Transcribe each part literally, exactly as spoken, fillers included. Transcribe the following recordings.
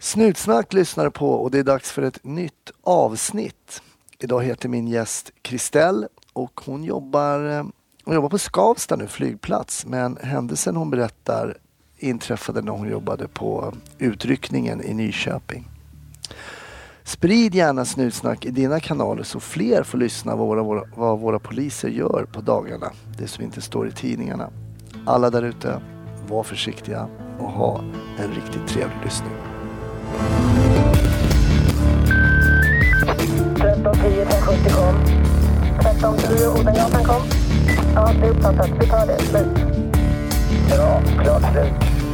Snutsnack lyssnar på och det är dags för ett nytt avsnitt. Idag heter min gäst Christelle och hon jobbar, hon jobbar på Skavsta nu, flygplats. Men händelsen hon berättar inträffade när hon jobbade på utryckningen i Nyköping. Sprid gärna Snutsnack i dina kanaler så fler får lyssna vad våra, våra, vad våra poliser gör på dagarna. Det som inte står i tidningarna. Alla där ute, var försiktiga och ha en riktigt trevlig lyssning. tretton tio sjuttio kom. tretton tio Odengatan kom. Ja, det är uppfattat. Vi tar det. Slut. Ja, klart slut.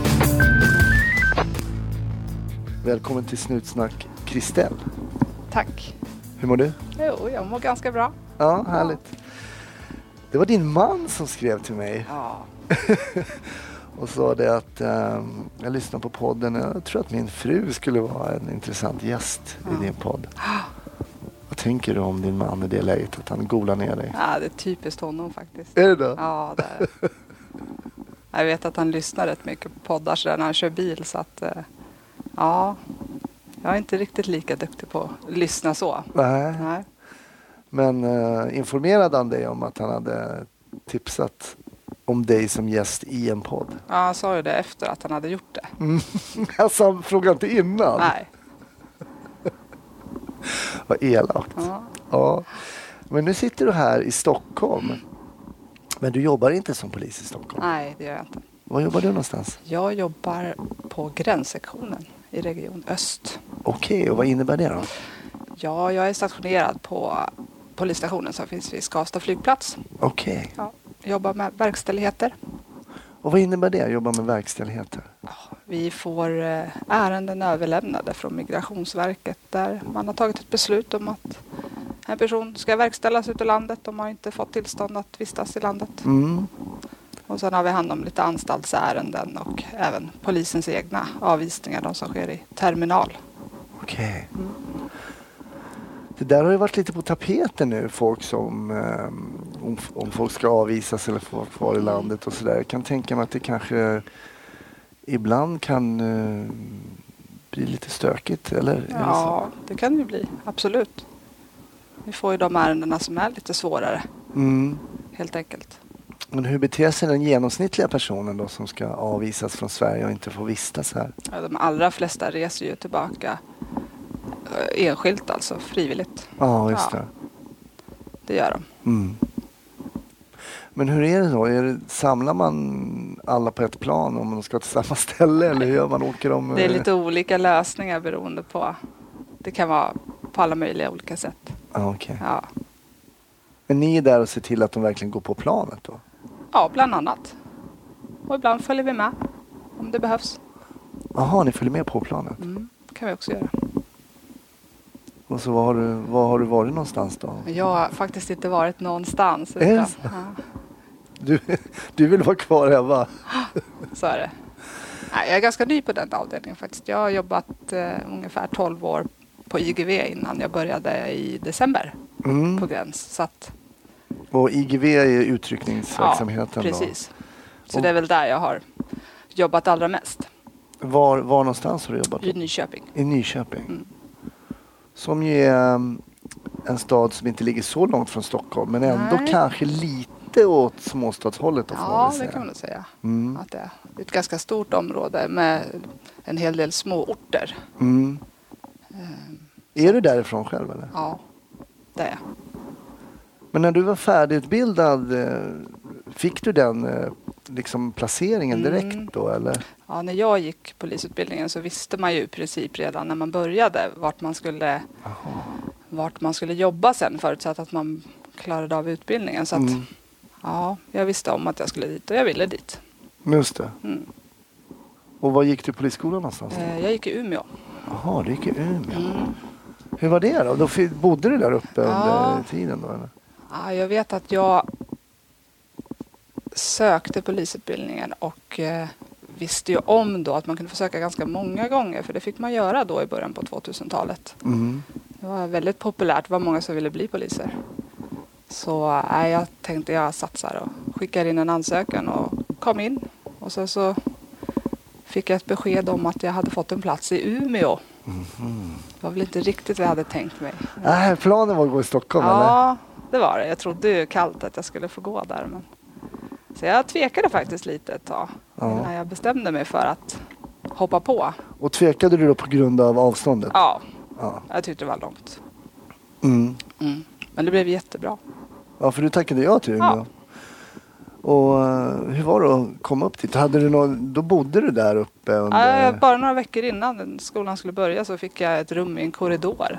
Välkommen till Snutsnack, Christelle. Tack. Hur mår du? Jo, jag mår ganska bra. Ja, härligt. Det var din man som skrev till mig. Ja. Och sa det att um, jag lyssnar på podden och jag tror att min fru skulle vara en intressant gäst ja. i din podd. Vad tänker du om din man i det läget, att han golar ner dig? Ja, det är typiskt honom faktiskt. Är det då? Ja, det är. Jag vet att han lyssnar rätt mycket på poddar så där när han kör bil så att uh, ja, jag är inte riktigt lika duktig på att lyssna så. Nej. Nej. Men uh, informerade han dig om att han hade tipsat om dig som gäst i en podd? Ja, han sa ju det efter att han hade gjort det. Mm. Alltså han frågade inte innan? Nej. Vad elakt. Ja. Ja. Men nu sitter du här i Stockholm. Men du jobbar inte som polis i Stockholm? Nej, det gör jag inte. Var jobbar du någonstans? Jag jobbar på gränssektionen i Region Öst. Okej, och vad innebär det då? Ja, jag är stationerad på polisstationen som finns vid Skavsta flygplats. Okej. Ja, jobbar med verkställigheter. Och vad innebär det, jobba med verkställigheter? Vi får ärenden överlämnade från Migrationsverket där man har tagit ett beslut om att en person ska verkställas ut ur landet om man inte fått tillstånd att vistas i landet. Mm. Och sen har vi hand om lite anstaltsärenden och även polisens egna avvisningar, de som sker i terminal. Okej. Mm. Det där har ju varit lite på tapeten nu, folk som um, om, om folk ska avvisas eller få vara kvar i landet och sådär. Jag kan tänka mig att det kanske ibland kan uh, bli lite stökigt, eller? Är Ja, det, det kan det bli, absolut. Vi får ju de ärendena som är lite svårare, mm. helt enkelt. Men hur beter sig den genomsnittliga personen då som ska avvisas från Sverige och inte få vistas här? Ja, de allra flesta reser ju tillbaka eh, enskilt, alltså frivilligt. Ja, just Ja. det. Det gör de. Mm. Men hur är det då? Är det, samlar man alla på ett plan om de ska till samma ställe eller hur gör man? Åker de, Det är lite olika lösningar beroende på. Det kan vara på alla möjliga olika sätt. Ja, okej. Ja, Men ni är där och ser till att de verkligen går på planet då? ja bland annat. Och ibland följer vi med om det behövs. Jaha, ni följer med på planet. Mm, kan vi också göra. Och så var har du, var har du varit någonstans då? Jag har faktiskt inte varit någonstans. Är det Utan, så? ja, Du, du vill vara kvar hemma? så är det. Nej, jag är ganska ny på den avdelningen faktiskt. Jag har jobbat eh, ungefär tolv år på I G V innan jag började i december Mm. på gräns. Så att, Och I G V är utryckningsverksamheten ja, precis. Så det är väl där jag har jobbat allra mest. då? Var, var någonstans har du jobbat? I Nyköping. I Nyköping. Mm. Som ju är um, en stad som inte ligger så långt från Stockholm. Men ändå Nej. kanske lite åt småstadshållet. Då, får man Ja, väl det säga. kan man nog säga. Mm. Att det är ett ganska stort område med en hel del små orter. Mm. Ehm, Är du därifrån själv eller? Ja, det är. Men när du var färdigutbildad, eh, fick du den eh, liksom placeringen direkt Mm. då eller? Ja, när jag gick polisutbildningen så visste man ju i princip redan när man började vart man skulle, vart man skulle jobba sen, förutsatt att man klarade av utbildningen. Så att, Mm. ja, jag visste om att jag skulle dit och jag ville dit. Just det. Mm. Och var gick du polisskolan någonstans? Eh, Jag gick i Umeå. Jaha, du gick i Umeå. Mm. Hur var det då? Då fi- bodde du där uppe Ja. under tiden då eller? Ja, jag vet att jag sökte polisutbildningen och eh, visste ju om då att man kunde få söka ganska många gånger, för det fick man göra då i början på tvåtusentalet. Mm. Det var väldigt populärt, det var många som ville bli poliser. Så äh, jag tänkte jag satsar och skickar in en ansökan och kom in. Och så, så fick jag ett besked om att jag hade fått en plats i Umeå. Mm. Det var väl inte riktigt vad jag hade tänkt mig. Nej, planen var att gå i Stockholm, eller? Ja, det var det. Jag trodde ju kallt att jag skulle få gå där. Men... Så jag tvekade faktiskt lite ett tag Ja. innan jag bestämde mig för att hoppa på. Och tvekade du då på grund av avståndet? Ja, Ja. jag tyckte det var långt. Mm. Mm. Men det blev jättebra. Ja, för du tackade ja till Umeå. Ja. Och uh, hur var det att komma upp dit? Hade du någon, då bodde du där uppe under... Ja, bara några veckor innan den skolan skulle börja så fick jag ett rum i en korridor.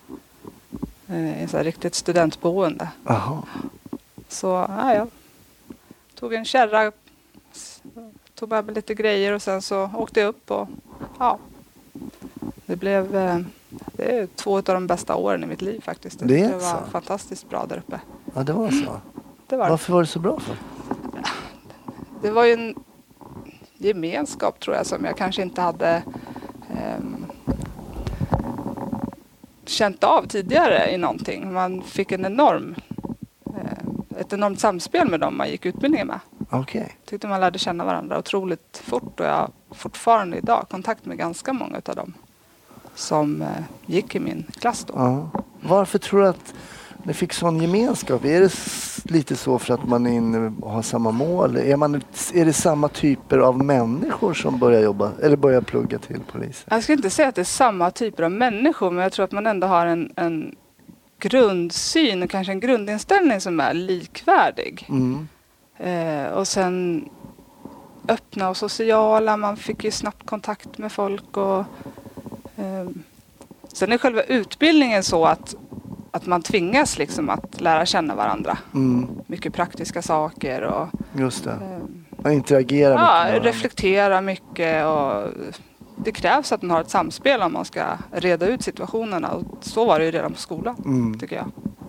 I ett riktigt studentboende. Jaha. Så ja, jag tog en kärra, s- tog med mig lite grejer och sen så åkte jag upp och ja. Det blev eh, det är två av de bästa åren i mitt liv faktiskt. Det är det var så? fantastiskt bra där uppe. Ja, det var så. Det var det. Varför var det så bra för? Det var ju en gemenskap tror jag som jag kanske inte hade ehm, känt av tidigare i någonting. Man fick en enorm, eh, ett enormt samspel med dem man gick utbildningen med. Okej. Tyckte man lärde känna varandra otroligt fort och jag har fortfarande idag kontakt med ganska många av dem som eh, gick i min klass då. Ja. Varför tror du att ni fick sån gemenskap? Är det s- lite så för att man är inne och har samma mål? Är, man, är det samma typer av människor som börjar jobba eller börjar plugga till polis? Jag skulle inte säga att det är samma typer av människor men jag tror att man ändå har en, en grundsyn och kanske en grundinställning som är likvärdig. Mm. Eh, och sen öppna och sociala, man fick ju snabbt kontakt med folk och eh, sen är själva utbildningen så att, att man tvingas liksom att lära känna varandra. Mm. Mycket praktiska saker och Just det. eh, Man interagerar mycket med ja, varandra. reflektera mycket och det krävs att man har ett samspel om man ska reda ut situationerna och så var det ju redan på skolan Mm. tycker jag.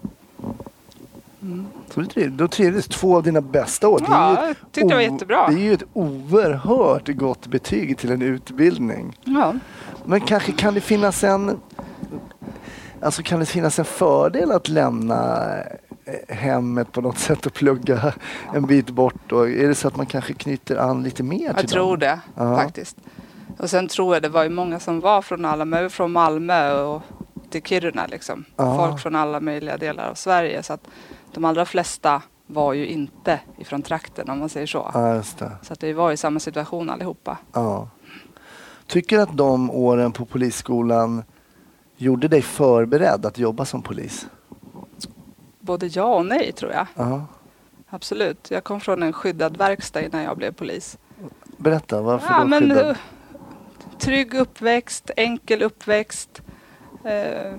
Mm. Så du triv- då trivdes två av dina bästa år. Det är Ja, ju jag ett tyckte det var o- jättebra. Det är ju ett oerhört gott betyg till en utbildning. Ja. Men kanske kan det finnas en alltså kan det finnas en fördel att lämna eh, hemmet på något sätt och plugga en bit bort? Och är det så att man kanske knyter an lite mer till Jag tror dem? det Ja. faktiskt. Och sen tror jag det var ju många som var från alla, men från Malmö och till Kiruna liksom. Ja. Folk från alla möjliga delar av Sverige. Så att de allra flesta var ju inte ifrån trakten om man säger så. Ja, just det. Så att vi var i samma situation allihopa. Ja. Tycker du att de åren på polisskolan gjorde dig förberedd att jobba som polis? Både ja och nej tror jag. Ja. Absolut. Jag kom från en skyddad verkstad innan jag blev polis. Berätta, varför Ja, då men skyddad? uh, trygg uppväxt, enkel uppväxt. Eh,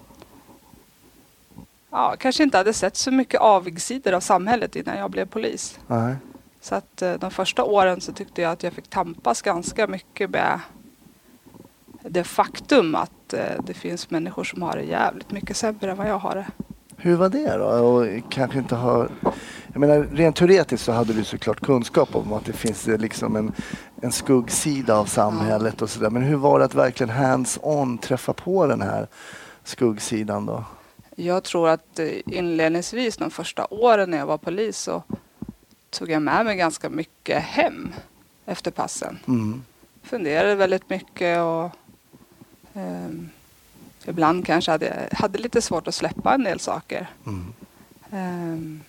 ja, kanske inte hade sett så mycket avigsidor av samhället innan jag blev polis. Nej. Så att eh, de första åren så tyckte jag att jag fick tampas ganska mycket med det faktum att eh, det finns människor som har det jävligt mycket sämre än vad jag har det. Hur var det då? Och kanske inte har... Jag menar, rent teoretiskt så hade du såklart kunskap om att det finns eh, liksom en, en skuggsida av samhället och sådär. Men hur var det att verkligen hands-on träffa på den här skuggsidan då? Jag tror att eh, inledningsvis de första åren när jag var polis så tog jag med mig ganska mycket hem efter passen. Mm. Funderade väldigt mycket och ehm, ibland kanske hade, hade lite svårt att släppa en del saker. Mm. Ehm,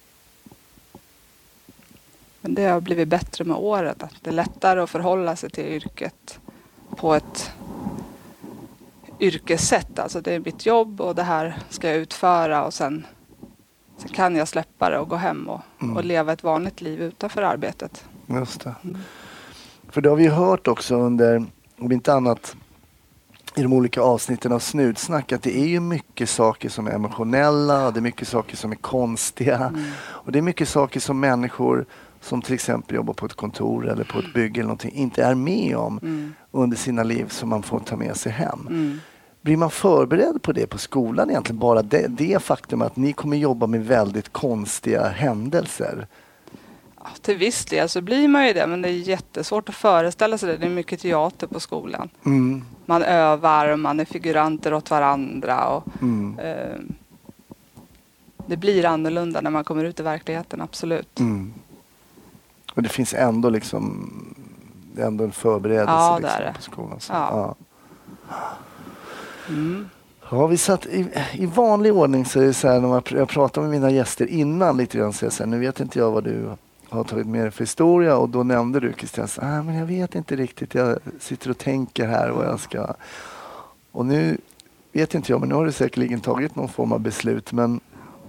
men det har blivit bättre med åren. Att det är lättare att förhålla sig till yrket på ett yrkessätt. Alltså det är mitt jobb och det här ska jag utföra och sen, sen kan jag släppa det och gå hem och, Mm. och leva ett vanligt liv utanför arbetet. Just det. Mm. För det har vi ju hört också under, om inte annat i de olika avsnitten av Snutsnack, att det är ju mycket saker som är emotionella och det är mycket saker som är konstiga. Mm. Och det är mycket saker som människor som till exempel jobbar på ett kontor eller på ett bygge eller någonting inte är med om Mm. under sina liv som man får ta med sig hem. Mm. Blir man förberedd på det på skolan egentligen? Bara det, det faktum att ni kommer jobba med väldigt konstiga händelser. Ja, till viss del så blir man ju det, men det är jättesvårt att föreställa sig det. Det är mycket teater på skolan. Mm. Man övar och man är figuranter åt varandra. Och, Mm. eh, det blir annorlunda när man kommer ut i verkligheten, absolut. Mm. Och det finns ändå liksom det är ändå en förberedelse Ja, liksom, det är det. på skolan. Så, Ja. Ja. Mm. Ja, vi satt i, i vanlig ordning så är det så här, när jag, jag pratar med mina gäster innan lite grann, så jag så här, nu vet inte jag vad du har tagit med dig för historia, och då nämnde du Christian, ah, men jag vet inte riktigt, jag sitter och tänker här vad jag ska, och nu vet inte jag, men nu har du säkerligen tagit någon form av beslut, men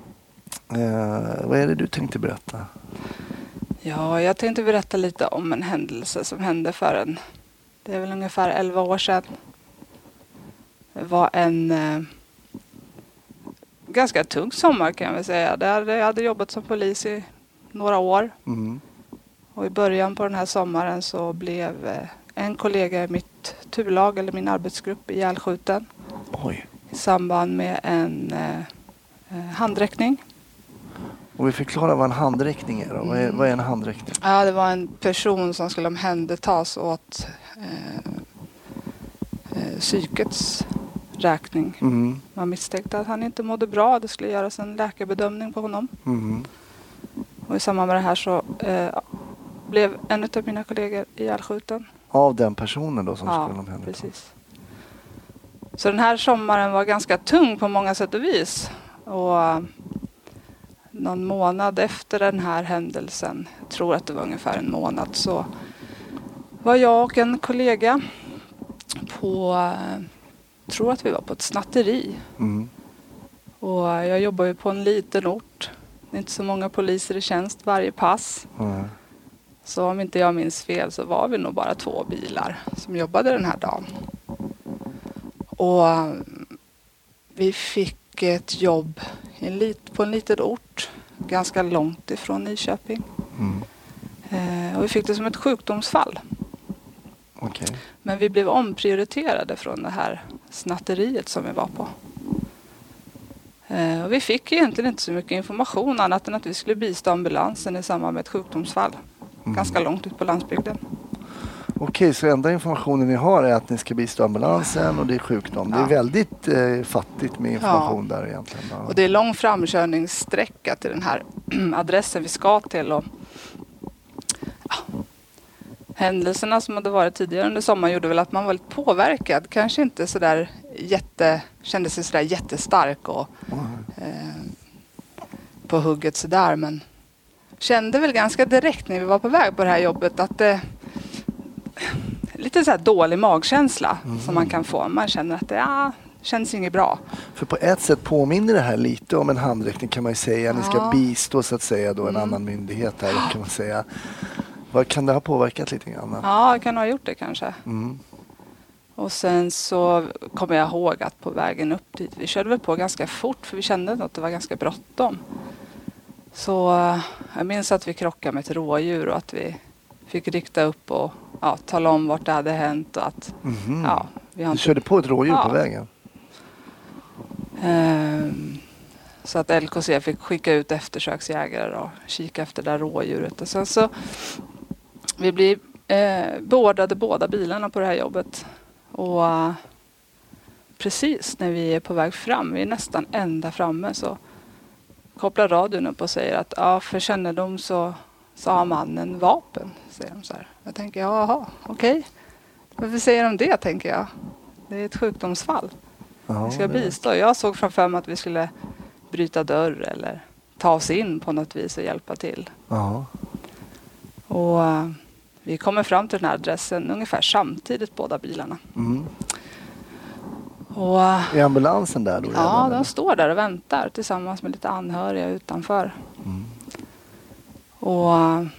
eh, vad är det du tänkte berätta? Ja, jag tänkte berätta lite om en händelse som hände för en, det är väl ungefär elva år sedan. Det var en eh, ganska tung sommar kan jag väl säga. Där jag hade jobbat som polis i några år. Mm. Och i början på den här sommaren så blev eh, en kollega i mitt turlag eller min arbetsgrupp ihjälskjuten. Oj. I samband med en eh, handräckning. Och vi förklarar vad en handräckning är då. Vad är, vad är en handräckning? Ja, det var en person som skulle omhändertas åt eh, eh, psykets räkning. Mm. Man misstänkte att han inte mådde bra. Det skulle göras en läkarbedömning på honom. Mm. Och i samband med det här så eh, blev en av mina kollegor ihjälskjuten. Av den personen då som Ja, skulle omhändertas? precis. Så den här sommaren var ganska tung på många sätt och vis. Och eh, någon månad efter den här händelsen, jag tror att det var ungefär en månad, så var jag och en kollega på, eh, tror att vi var på ett snatteri. Mm. Och jag jobbar ju på en liten ort. Det är inte så många poliser i tjänst varje pass. Mm. Så om inte jag minns fel så var vi nog bara två bilar som jobbade den här dagen. Och vi fick ett jobb i en lit, på en liten ort ganska långt ifrån Nyköping. Mm. Eh, och vi fick det som ett sjukdomsfall. Okay. Men vi blev omprioriterade från det här snatteriet som vi var på. Eh, och vi fick egentligen inte så mycket information annat än att vi skulle bistå ambulansen i samband med ett sjukdomsfall. Mm. Ganska långt ut på landsbygden. Okej, så enda informationen ni har är att ni ska bistå ambulansen och det är sjukdom. Ja. Det är väldigt eh, fattigt med information ja. där egentligen. Ja. Och det är lång framkörningssträcka till den här adressen vi ska till. Och, ja, händelserna som hade varit tidigare under sommaren gjorde väl att man var lite påverkad. Kanske inte sådär jätte, kände sig sådär jättestark och Mm. eh, på hugget sådär. Men kände väl ganska direkt när vi var på väg på det här jobbet att det lite så här dålig magkänsla mm. som man kan få. Man känner att det ja, känns inget bra. För på ett sätt påminner det här lite om en handräckning kan man ju säga. Ni ska ja. bistå så att säga då en mm. annan myndighet här kan man säga. Vad kan det ha påverkat lite grann? Ja, det kan ha gjort det kanske. Mm. Och sen så kommer jag ihåg att på vägen upp dit, vi körde väl på ganska fort för vi kände att det var ganska bråttom. Så jag minns att vi krockade med ett rådjur och att vi fick rikta upp och ja, tala om vart det hade hänt. Och att, Mm. ja, vi har Du inte... körde på ett rådjur ja. på vägen? Ehm, så att L K C fick skicka ut eftersöksjägare och kika efter det där rådjuret. Och sen så vi blir eh, beordrade båda bilarna på det här jobbet. Och uh, precis när vi är på väg fram, vi är nästan ända framme, så kopplar radion upp och säger att ja, för kännedom så, så har mannen vapen, säger de så här. Jag tänker, jaha, okej. Okay. Varför säger de det, tänker jag? Det är ett sjukdomsfall. Ja, vi ska det... bistå. Jag såg framför mig att vi skulle bryta dörr eller ta oss in på något vis och hjälpa till. Ja. Och uh, vi kommer fram till den här adressen ungefär samtidigt, båda bilarna. Mm. Och, är ambulansen där då? Ja, redan, de eller? står där och väntar tillsammans med lite anhöriga utanför. Mm. Och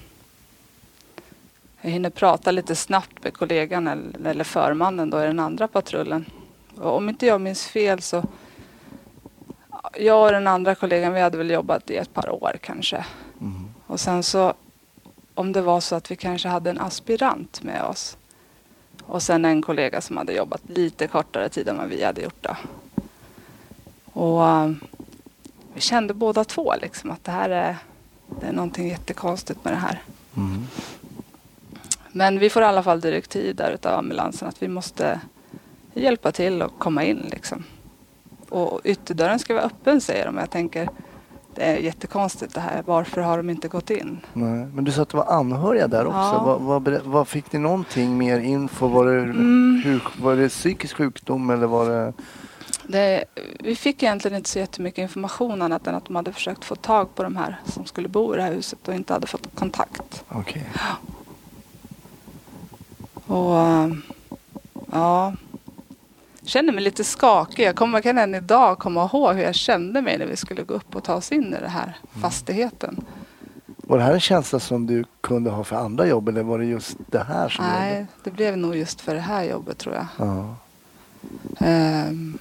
jag hinner prata lite snabbt med kollegan eller, eller förmannen då i den andra patrullen. Och om inte jag minns fel så jag och den andra kollegan, vi hade väl jobbat i ett par år kanske. Mm. Och sen så om det var så att vi kanske hade en aspirant med oss. Och sen en kollega som hade jobbat lite kortare tid än vad vi hade gjort då. Och um, vi kände båda två liksom att det här är, det är någonting jättekonstigt med det här. Mm. Men vi får i alla fall direktiv där utav ambulansen att vi måste hjälpa till och komma in liksom. Och ytterdörren ska vara öppen, säger de. Jag tänker, det är jättekonstigt det här. Varför har de inte gått in? Nej. Men du sa att det var anhöriga där också. Ja. Vad, vad, ber- vad fick ni någonting mer info? Var det, Mm. hur, var det psykisk sjukdom eller var det... Det, vi fick egentligen inte så jättemycket information annat än att de hade försökt få tag på de här som skulle bo i det här huset och inte hade fått kontakt. Okej. Och ja, jag känner mig lite skakig. Jag kommer kan än idag komma ihåg hur jag kände mig när vi skulle gå upp och ta oss in i den här fastigheten. Var det här en känsla som du kunde ha för andra jobb eller var det just det här som Nej, gjorde? det blev nog just för det här jobbet tror jag. Ja. Ehm,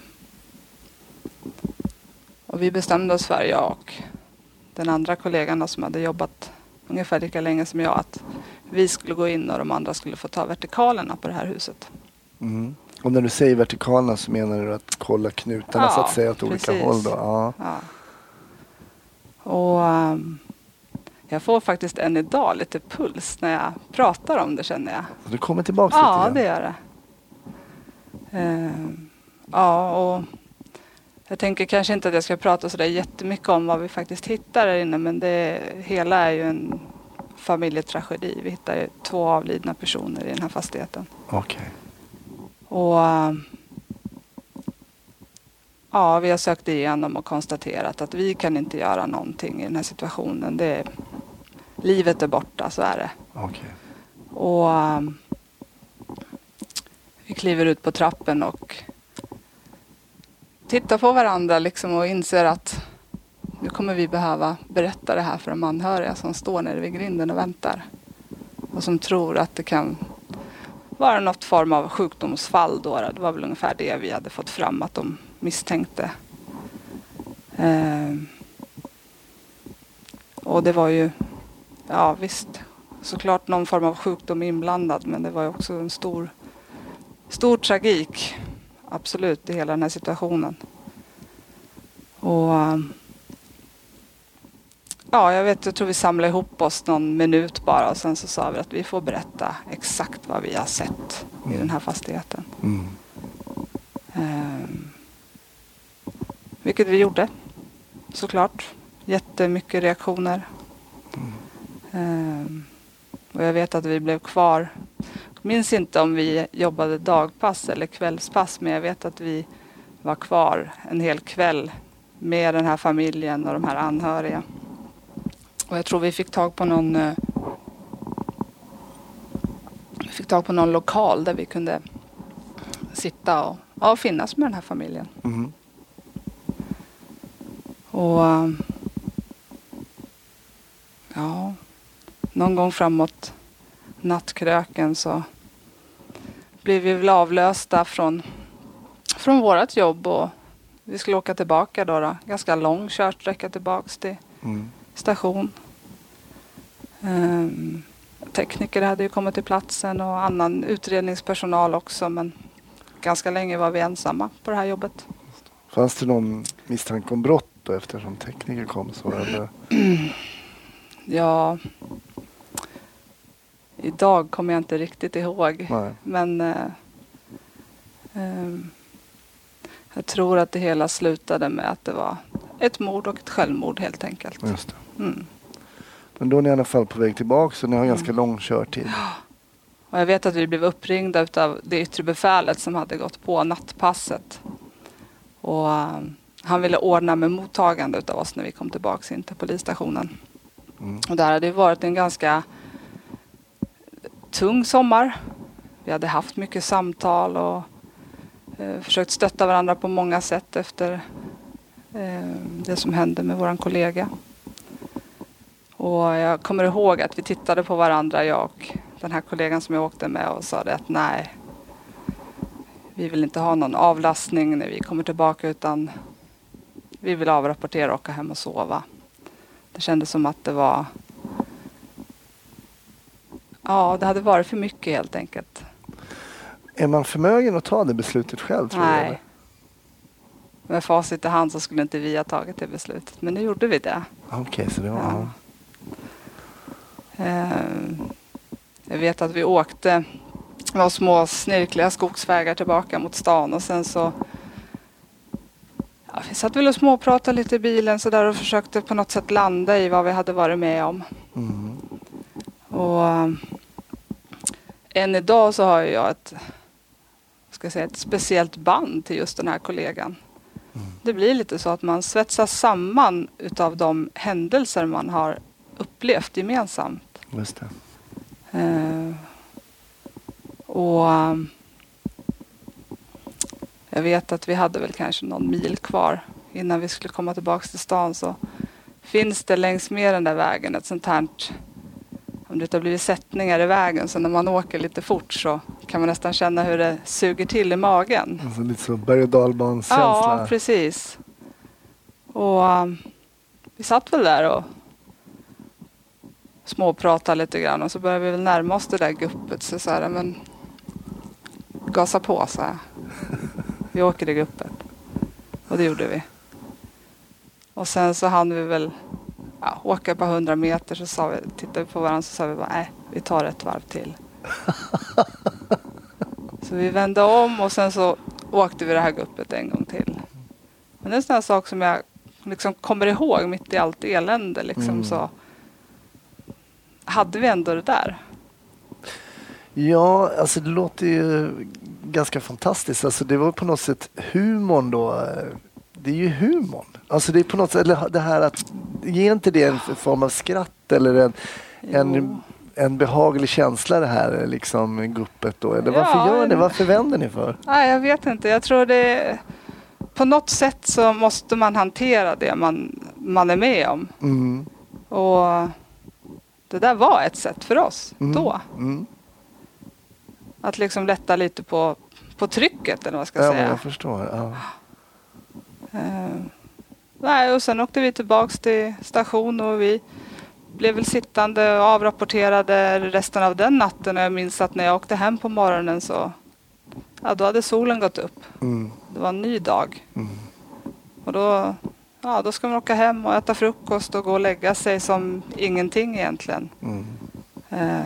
och vi bestämde oss för, jag och den andra kollegan som hade jobbat ungefär lika länge som jag, att vi skulle gå in och de andra skulle få ta vertikalerna på det här huset. Mm. Och när du säger vertikalerna så menar du att kolla knutarna Ja, så att säga åt olika precis. håll då? Ja. Ja. Och um, jag får faktiskt än idag lite puls när jag pratar om det, känner jag. Så du kommer tillbaka Ja, lite det grann. gör det. Ehm, ja, och jag tänker kanske inte att jag ska prata så där jättemycket om vad vi faktiskt hittar där inne, men det hela är ju en familjetragedi. Vi hittar ju två avlidna personer i den här fastigheten. Okej. Och um, ja, vi har sökt igenom och konstaterat att vi kan inte göra någonting i den här situationen. Det, livet är borta, så är det. Okej. Och um, vi kliver ut på trappen och tittar på varandra liksom och inser att nu kommer vi behöva berätta det här för de anhöriga som står nere vid grinden och väntar. Och som tror att det kan vara något form av sjukdomsfall då. Det var väl ungefär det vi hade fått fram att de misstänkte. Ehm. Och det var ju, ja visst, såklart någon form av sjukdom inblandad, men det var ju också en stor, stor tragik, absolut, i hela den här situationen. Och ja, jag vet, jag tror vi samlade ihop oss någon minut bara och sen så sa vi att vi får berätta exakt vad vi har sett i Mm. den här fastigheten. Mm. Ehm. Vilket vi gjorde, såklart. Jättemycket reaktioner. Ehm. Och jag vet att vi blev kvar. Jag minns inte om vi jobbade dagpass eller kvällspass, men jag vet att vi var kvar en hel kväll med den här familjen och de här anhöriga. Och jag tror vi fick tag på någon eh, vi fick tag på någon lokal där vi kunde sitta och ja, finnas med den här familjen. Mm. Och um, ja, någon gång framåt nattkröken så blev vi väl avlösta från, från vårat jobb och vi skulle åka tillbaka då, då. Ganska lång körsträcka tillbaks till Mm. station. Um, tekniker hade ju kommit till platsen och annan utredningspersonal också, men ganska länge var vi ensamma på det här jobbet. Fanns det någon misstanke om brott då eftersom tekniker kom så? Eller? Ja, idag kommer jag inte riktigt ihåg. Nej. Men eh, eh, jag tror att det hela slutade med att det var ett mord och ett självmord helt enkelt. Just det. Mm. Men då är ni i alla fall på väg tillbaka så ni har ganska lång körtid. Och jag vet att vi blev uppringda av det yttre befälet som hade gått på nattpasset. Och eh, han ville ordna med mottagande av oss när vi kom tillbaka in till polisstationen. Mm. Och där hade det varit en ganska tung sommar. Vi hade haft mycket samtal och eh, försökt stötta varandra på många sätt efter eh, det som hände med våran kollega. Och jag kommer ihåg att vi tittade på varandra, jag och den här kollegan som jag åkte med, och sa det att nej, vi vill inte ha någon avlastning när vi kommer tillbaka, utan vi vill avrapportera och åka hem och sova. Det kändes som att det var, ja, det hade varit för mycket helt enkelt. Är man förmögen att ta det beslutet själv tror jag? Nej. Med facit i hand så skulle inte vi ha tagit det beslutet, men nu gjorde vi det. Okej, okay, så det var... Ja. Uh, jag vet att vi åkte, det var små snirkliga skogsvägar tillbaka mot stan och sen så Ja, vi satt väl och småpratade lite i bilen så där och försökte på något sätt landa i vad vi hade varit med om. Mm. Och um, än idag så har jag ett, ska jag säga, ett speciellt band till just den här kollegan. Mm. Det blir lite så att man svetsas samman utav de händelser man har upplevt gemensamt. Just det. Uh, och um, jag vet att vi hade väl kanske någon mil kvar innan vi skulle komma tillbaka till stan, så finns det längs med den där vägen ett sånt här, om det har blivit sättningar i vägen, så när man åker lite fort så kan man nästan känna hur det suger till i magen. Alltså lite så berg- och dalbanskänsla. Ja, precis. Och um, vi satt väl där och småpratade lite grann och så började vi väl närma oss det där guppet, så så här, men gasa på, så här. Vi åker i guppet. Och det gjorde vi. Och sen så hann vi väl ja, åka på hundra meter, så sa vi, tittade vi på varandra så sa vi bara, nej, vi tar ett varv till. Så vi vände om och sen så åkte vi det här guppet en gång till. Men det är en sån här sak som jag liksom kommer ihåg mitt i allt elände. Liksom, mm. Så hade vi ändå det där. Ja, alltså det låter ju ganska fantastiskt. Alltså det var på något sätt humorn då. Det är ju humorn. Alltså det är på något sätt, eller det här att, ger inte det en form av skratt eller en, en, en behaglig känsla det här liksom guppet då? Eller varför ja, gör ni? Varför vänder ni för? Nej, jag vet inte. Jag tror det, på något sätt så måste man hantera det man, man är med om. Mm. Och det där var ett sätt för oss mm. då. Mm. Att liksom lätta lite på, på trycket, eller vad jag ska ja, säga. Ja, jag förstår. Ja. Uh, nej, och sen åkte vi tillbaks till station och vi blev väl sittande och avrapporterade resten av den natten. Och jag minns att när jag åkte hem på morgonen så ja, då hade solen gått upp. Mm. Det var en ny dag. Mm. Och då, ja, då ska man åka hem och äta frukost och gå och lägga sig som ingenting egentligen. Mm. Uh,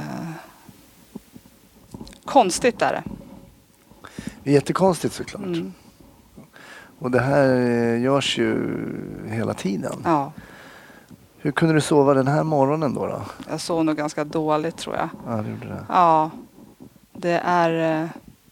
konstigt är det. Det är jättekonstigt såklart. Mm. Och det här görs ju hela tiden. Ja. Hur kunde du sova den här morgonen då? då? Jag sov nog ganska dåligt, tror jag. Ja, det gjorde det. Ja. Det är... Eh,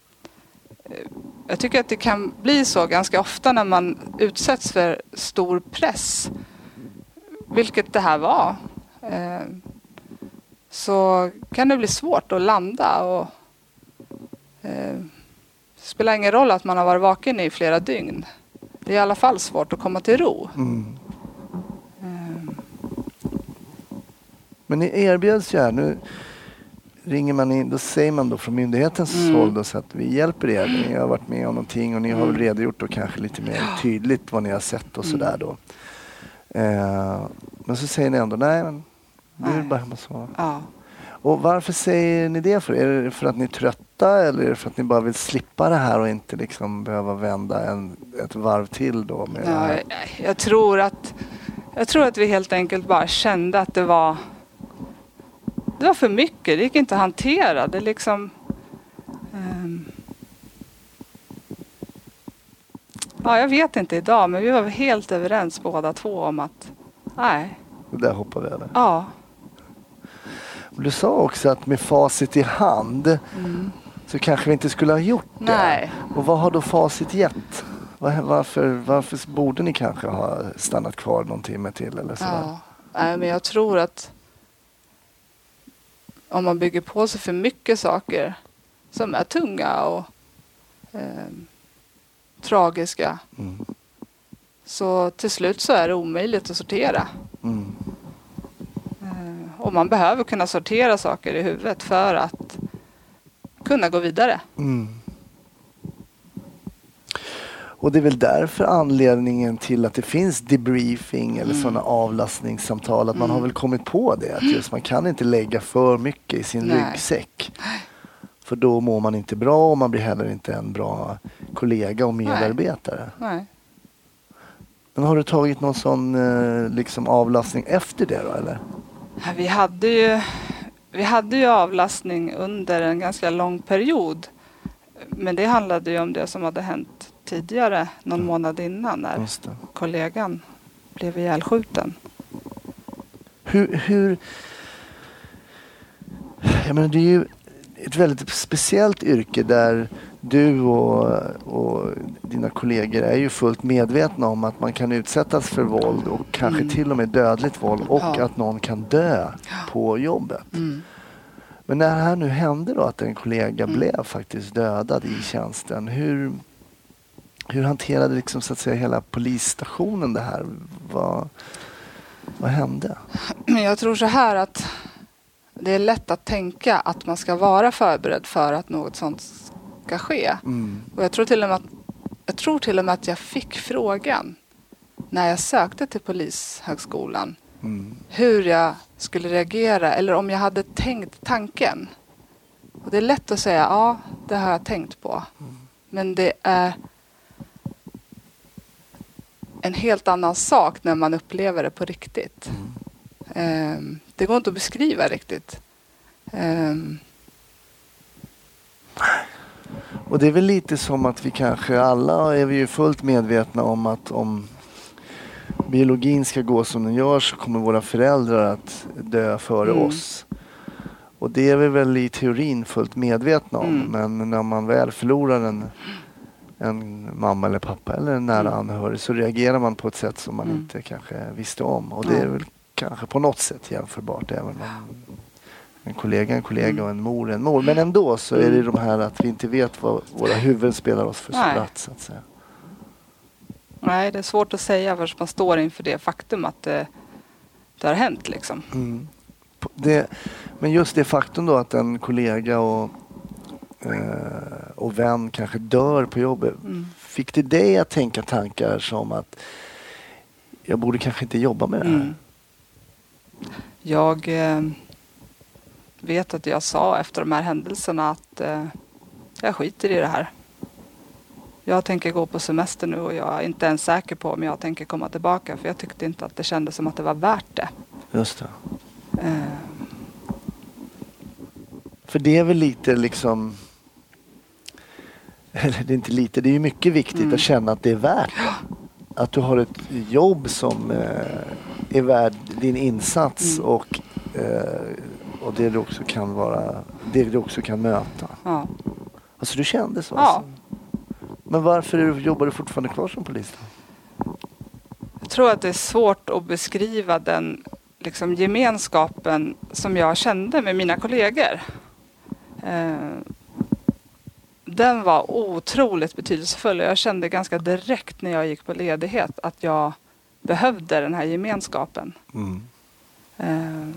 jag tycker att det kan bli så ganska ofta när man utsätts för stor press. Vilket det här var. Eh, så kan det bli svårt att landa och... Eh, det spelar ingen roll att man har varit vaken i flera dygn. Det är i alla fall svårt att komma till ro. Mm. Mm. Men ni erbjöds ju här. Nu ringer man in, då säger man då från myndighetens mm. håll då, så att vi hjälper er. Ni har varit med om någonting och ni har väl redogjort då kanske lite mer tydligt vad ni har sett och sådär då. Eh, men så säger ni ändå, nej men det är bara hemma så. Ja. Och varför säger ni det för? Är det för att ni är trötta eller är det för att ni bara vill slippa det här och inte liksom behöva vända en, ett varv till då? Med ja, det här? Jag, jag, tror att, jag tror att vi helt enkelt bara kände att det var det var för mycket. Det gick inte att hantera. Det liksom... Um, ja, jag vet inte idag, men vi var helt överens båda två om att nej. Det där hoppar vi över. Ja. Du sa också att med facit i hand mm. så kanske vi inte skulle ha gjort det. Nej. Och vad har då facit gett? Var, varför, varför borde ni kanske ha stannat kvar någon timme till eller så? Ja. Nej, men jag tror att om man bygger på sig för mycket saker som är tunga och eh, tragiska mm. så till slut så är det omöjligt att sortera. Mm. Och man behöver kunna sortera saker i huvudet för att kunna gå vidare. Mm. Och det är väl därför anledningen till att det finns debriefing eller mm. sådana avlastningssamtal. Att mm. man har väl kommit på det. Att just man kan inte lägga för mycket i sin Nej. ryggsäck. För då mår man inte bra och man blir heller inte en bra kollega och medarbetare. Nej. Nej. Men har du tagit någon sån liksom avlastning efter det då eller? Vi hade ju, vi hade ju avlastning under en ganska lång period. Men det handlade ju om det som hade hänt tidigare, någon Ja. månad innan, när Just det. kollegan blev ihjälskjuten. Hur, hur... Jag menar, det är ju ett väldigt speciellt yrke där du och, och dina kollegor är ju fullt medvetna om att man kan utsättas för våld och kanske Mm. till och med dödligt våld och Ja. att någon kan dö på jobbet. Mm. Men när det här nu hände då att en kollega Mm. blev faktiskt dödad i tjänsten, hur, hur hanterade liksom, så att säga, hela polisstationen det här? Vad, vad hände? Men jag tror så här att det är lätt att tänka att man ska vara förberedd för att något sånt ska ske. Mm. Och jag tror till och med att, jag tror till och med att jag fick frågan när jag sökte till Polishögskolan Mm. hur jag skulle reagera eller om jag hade tänkt tanken. Och det är lätt att säga ja, det har jag tänkt på. Men det är en helt annan sak när man upplever det på riktigt. Um, det går inte att beskriva riktigt. Um, Och det är väl lite som att vi kanske alla är vi ju fullt medvetna om att om biologin ska gå som den gör så kommer våra föräldrar att dö före Mm. oss. Och det är vi väl i teorin fullt medvetna om. Mm. Men när man väl förlorar en, en mamma eller pappa eller en nära Mm. anhörig så reagerar man på ett sätt som man Mm. inte kanske visste om. Och det är Ja. väl kanske på något sätt jämförbart även om en kollega en kollega Mm. och en mor en mor. Men ändå så är det Mm. de här att vi inte vet vad våra huvuden spelar oss för Nej. spratt, så att säga. nej, det är svårt att säga förrän man står inför det faktum att det, det har hänt liksom. Mm. På- Det, men just det faktum då att en kollega och, eh, och vän kanske dör på jobbet. Mm. Fick det dig att tänka tankar som att jag borde kanske inte jobba med det här? Mm. Jag eh, vet att jag sa efter de här händelserna att eh, jag skiter i det här. Jag tänker gå på semester nu och jag är inte ens säker på om jag tänker komma tillbaka för jag tyckte inte att det kändes som att det var värt det. Just det. Eh, För det är väl lite liksom, eller det är inte lite, det är ju mycket viktigt Mm. att känna att det är värt det. Att du har ett jobb som eh, är värd din insats Mm. och, eh, och det du också kan vara, det du också kan möta. ja. Alltså du kände så? Ja. Alltså. Men varför är du, jobbar du fortfarande kvar som polis då? Jag tror att det är svårt att beskriva den liksom, gemenskapen som jag kände med mina kollegor. Eh, den var otroligt betydelsefull och jag kände ganska direkt när jag gick på ledighet att jag behövde den här gemenskapen. Mm. Eh,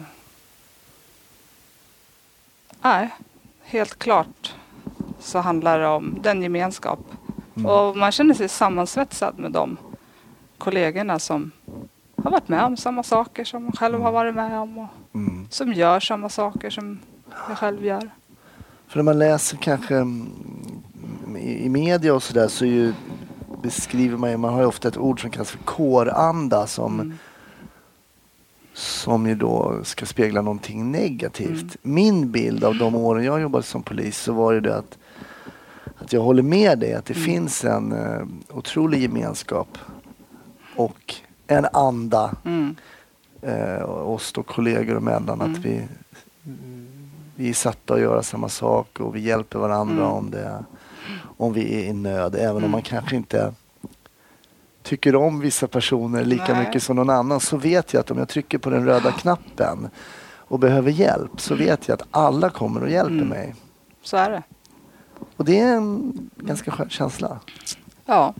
nej, helt klart så handlar det om den gemenskap. Mm. Och man känner sig sammansvetsad med de kollegorna som har varit med om samma saker som man själv har varit med om och Mm. som gör samma saker som jag själv gör. För när man läser kanske mm, i, i media och sådär så är ju, beskriver man ju, man har ju ofta ett ord som kallas för kåranda som, Mm. som ju då ska spegla någonting negativt. Mm. Min bild av de åren jag jobbade som polis så var ju det att, att jag håller med dig att det Mm. finns en uh, otrolig gemenskap och en anda Mm. uh, oss då kollegor emellan Mm. att vi vi är satta att göra samma sak och vi hjälper varandra Mm. om det om vi är i nöd även Mm. om man kanske inte tycker om vissa personer lika Nej. mycket som någon annan så vet jag att om jag trycker på den röda knappen och behöver hjälp så vet jag att alla kommer och hjälper Mm. mig. Så är det. Och det är en ganska skön känsla. Ja.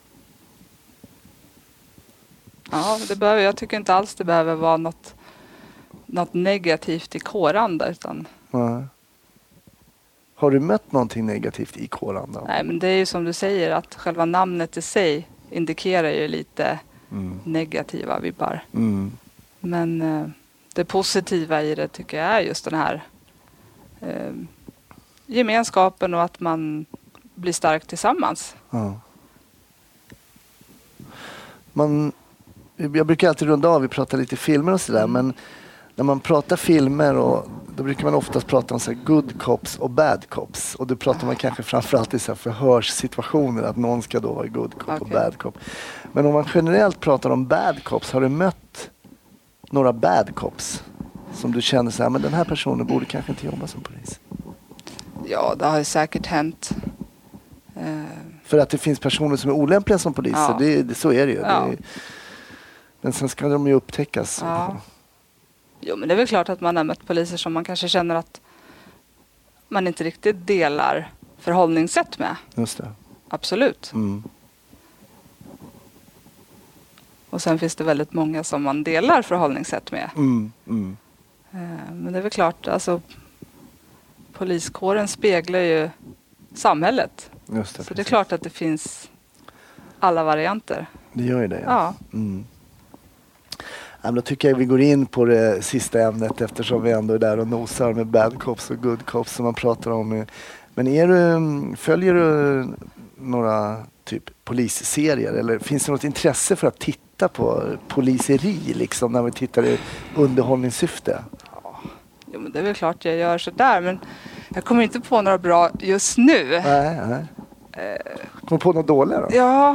Ja, det behöver, jag tycker inte alls det behöver vara något, något negativt i kåranda utan Ja. Har du mött någonting negativt i kårandan? nej, men det är ju som du säger att själva namnet i sig indikerar ju lite Mm. negativa vibbar. Mm. Men eh, det positiva i det tycker jag är just den här eh, gemenskapen och att man blir stark tillsammans. Ja. Man, jag brukar alltid runda av, vi pratar lite filmer och sådär, Mm. men när man pratar filmer och då brukar man oftast prata om så här good cops och bad cops. Och då pratar man kanske framförallt i så här förhörssituationer att någon ska då vara good cop Okay. och bad cop. Men om man generellt pratar om bad cops, har du mött några bad cops som du känner så här, men den här personen borde kanske inte jobba som polis? Ja, det har ju säkert hänt. Eh, För att det finns personer som är olämpliga som poliser, Ja. det, det, så är det ju. Ja. Det är, men sen ska de ju upptäckas. Ja. Jo, men det är väl klart att man har mött poliser som man kanske känner att man inte riktigt delar förhållningssätt med. Just det. Absolut. Mm. Och sen finns det väldigt många som man delar förhållningssätt med. Mm. Mm. Eh, Men det är väl klart, alltså poliskåren speglar ju samhället. Just det, Så det är precis. klart att det finns alla varianter. Det gör ju det. Ja. Mm. Ja, men då tycker jag vi går in på det sista ämnet eftersom vi ändå är där och nosar med bad cops och good cops som man pratar om. Men är du, följer du några typ polisserier eller finns det något intresse för att titta på poliseri liksom när vi tittar i underhållningssyfte? Jo, men det är väl klart jag gör sådär, men jag kommer inte på några bra just nu. Nej, nej. Kommer på något dåligt då? Ja.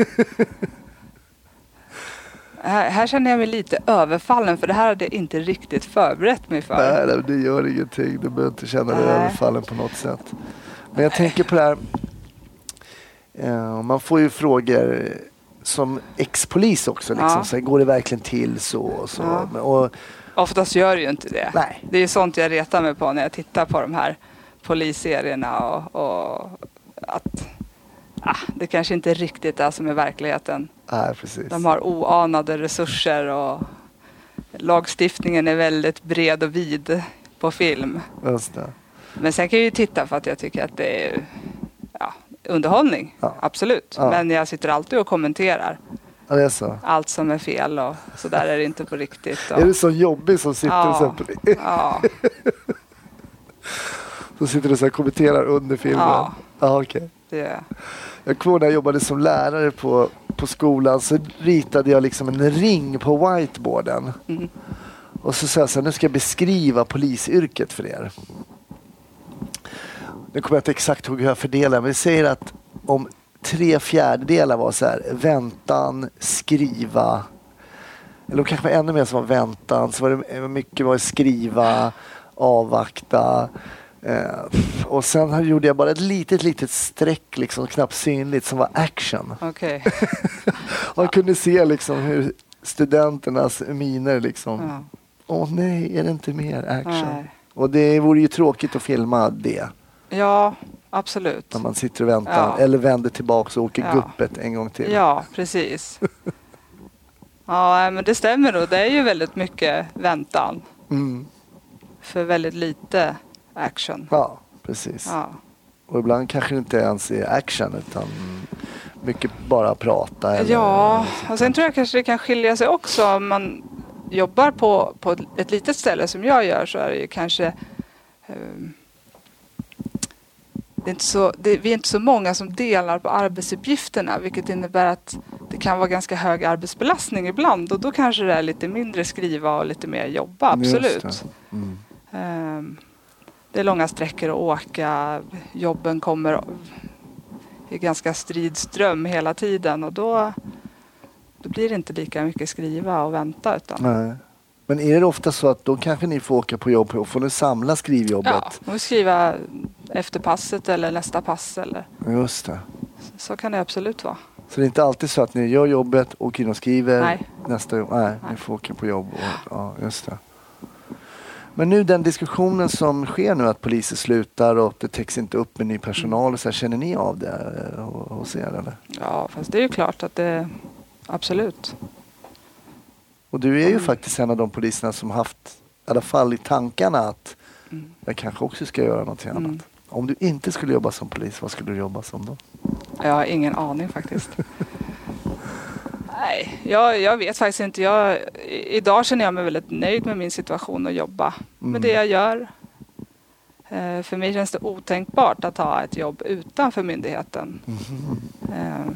Här, här känner jag mig lite överfallen för det här hade jag inte riktigt förberett mig för. Nej, nej, det gör ingenting. Du behöver inte känna dig Nej. överfallen på något sätt. Men jag tänker på det här. Eh, man får ju frågor som ex-polis också. Liksom. Ja. Så här, går det verkligen till så och så? Ja. Men, och, Oftast gör det ju inte det. Nej. Det är ju sånt jag retar mig på när jag tittar på de här polisserierna och, och att ah, det kanske inte riktigt är som i verkligheten. nej, precis. De har oanade resurser och lagstiftningen är väldigt bred och vid på film. Just det. Men sen kan jag ju titta för att jag tycker att det är ja, underhållning. Ja. Absolut. Ja. Men jag sitter alltid och kommenterar Ja, det är så. allt som är fel och så där är det inte på riktigt. Och, Är du så jobbig som sitter Ja. och så här, ja, så sitter du så här och kommenterar under filmen? Ja. Ja, okej. det, Jag kommer ihåg när jag jobbade som lärare på, på skolan så ritade jag liksom en ring på whiteboarden. mm, Och så sa jag så här, nu ska jag beskriva polisyrket för er. Nu kommer jag inte exakt ihåg hur jag fördelar, men vi säger att om tre fjärdedelar var så här, väntan, skriva, eller det kanske var ännu mer som var väntan, så var det mycket var skriva, avvakta. Eh, och sen här gjorde jag bara ett litet, litet streck, liksom, knappt synligt, som var action. okej. Och man kunde se liksom hur studenternas miner liksom, Ja. åh nej, är det inte mer action? Nej. Och det vore ju tråkigt att filma det Ja, absolut. när man sitter och väntar Ja. eller vänder tillbaka och åker Ja. guppet en gång till. Ja, precis. Ja, men det stämmer nog. Det är ju väldigt mycket väntan Mm. för väldigt lite action. Ja, precis. Ja. Och ibland kanske det inte ens är action utan mycket bara prata. Eller, Ja, och sen tror jag kanske det kan skilja sig också om man jobbar på, på ett litet ställe som jag gör så är det ju kanske eh, det är inte så, det, vi är inte så många som delar på arbetsuppgifterna vilket innebär att det kan vara ganska hög arbetsbelastning ibland och då kanske det är lite mindre skriva och lite mer jobba, Just absolut. det. Mm. Eh, det är långa sträckor att åka, jobben kommer i ganska stridström hela tiden och då, då blir det inte lika mycket skriva och vänta. Utan, Nej. Men är det ofta så att då kanske ni får åka på jobb och får ni samla skrivjobbet? ja, man får skriva efter passet eller nästa pass. Eller, Just det. så kan det absolut vara. Så det är inte alltid så att ni gör jobbet, åker in och skriver Nej. nästa jobb? Nej, Nej. ni får åka på jobb. Och, ja, just det. Men nu den diskussionen som sker nu att poliser slutar och det täcks inte upp med ny personal. Och så här, känner ni av det eh, hos er eller? Ja, fast det är ju klart att det absolut. Och du är ju Mm. faktiskt en av de poliserna som haft i alla fall i tankarna att Mm. jag kanske också ska göra någonting Mm. annat. Om du inte skulle jobba som polis, vad skulle du jobba som då? Jag har ingen aning faktiskt. Nej, jag, jag vet faktiskt inte. Jag, i- idag känner jag mig väldigt nöjd med min situation och jobba Mm. med det jag gör. Eh, för mig känns det otänkbart att ha ett jobb utanför myndigheten. Eh,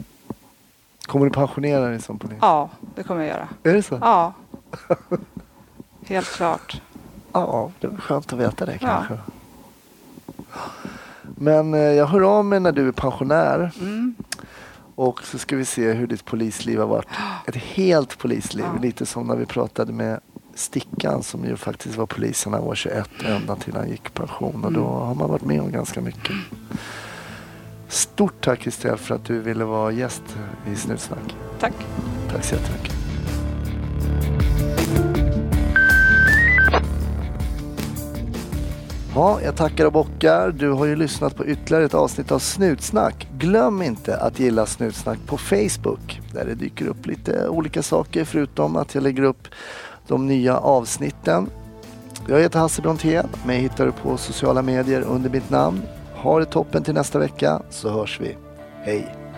Kommer du pensionera dig som polis? ja, det kommer jag göra. Är det så? Ja, Helt klart. Ja, det var skönt att veta det kanske. Ja. Men eh, jag hör av mig när du är pensionär. Mm. Och så ska vi se hur ditt polisliv har varit. Ett helt polisliv. Ja. Lite som när vi pratade med Stickan som ju faktiskt var polis när han var tjugoett ända till han gick i pension. Och då har man varit med om ganska mycket. Stort tack Kristel för att du ville vara gäst i Snutsnack. Tack. Tack så jättemycket. Ja, jag tackar och bockar. Du har ju lyssnat på ytterligare ett avsnitt av Snutsnack. Glöm inte att gilla Snutsnack på Facebook. Där det dyker upp lite olika saker förutom att jag lägger upp de nya avsnitten. Jag heter Hasse Brontén. Mig hittar du på sociala medier under mitt namn. Ha det toppen till nästa vecka så hörs vi. Hej!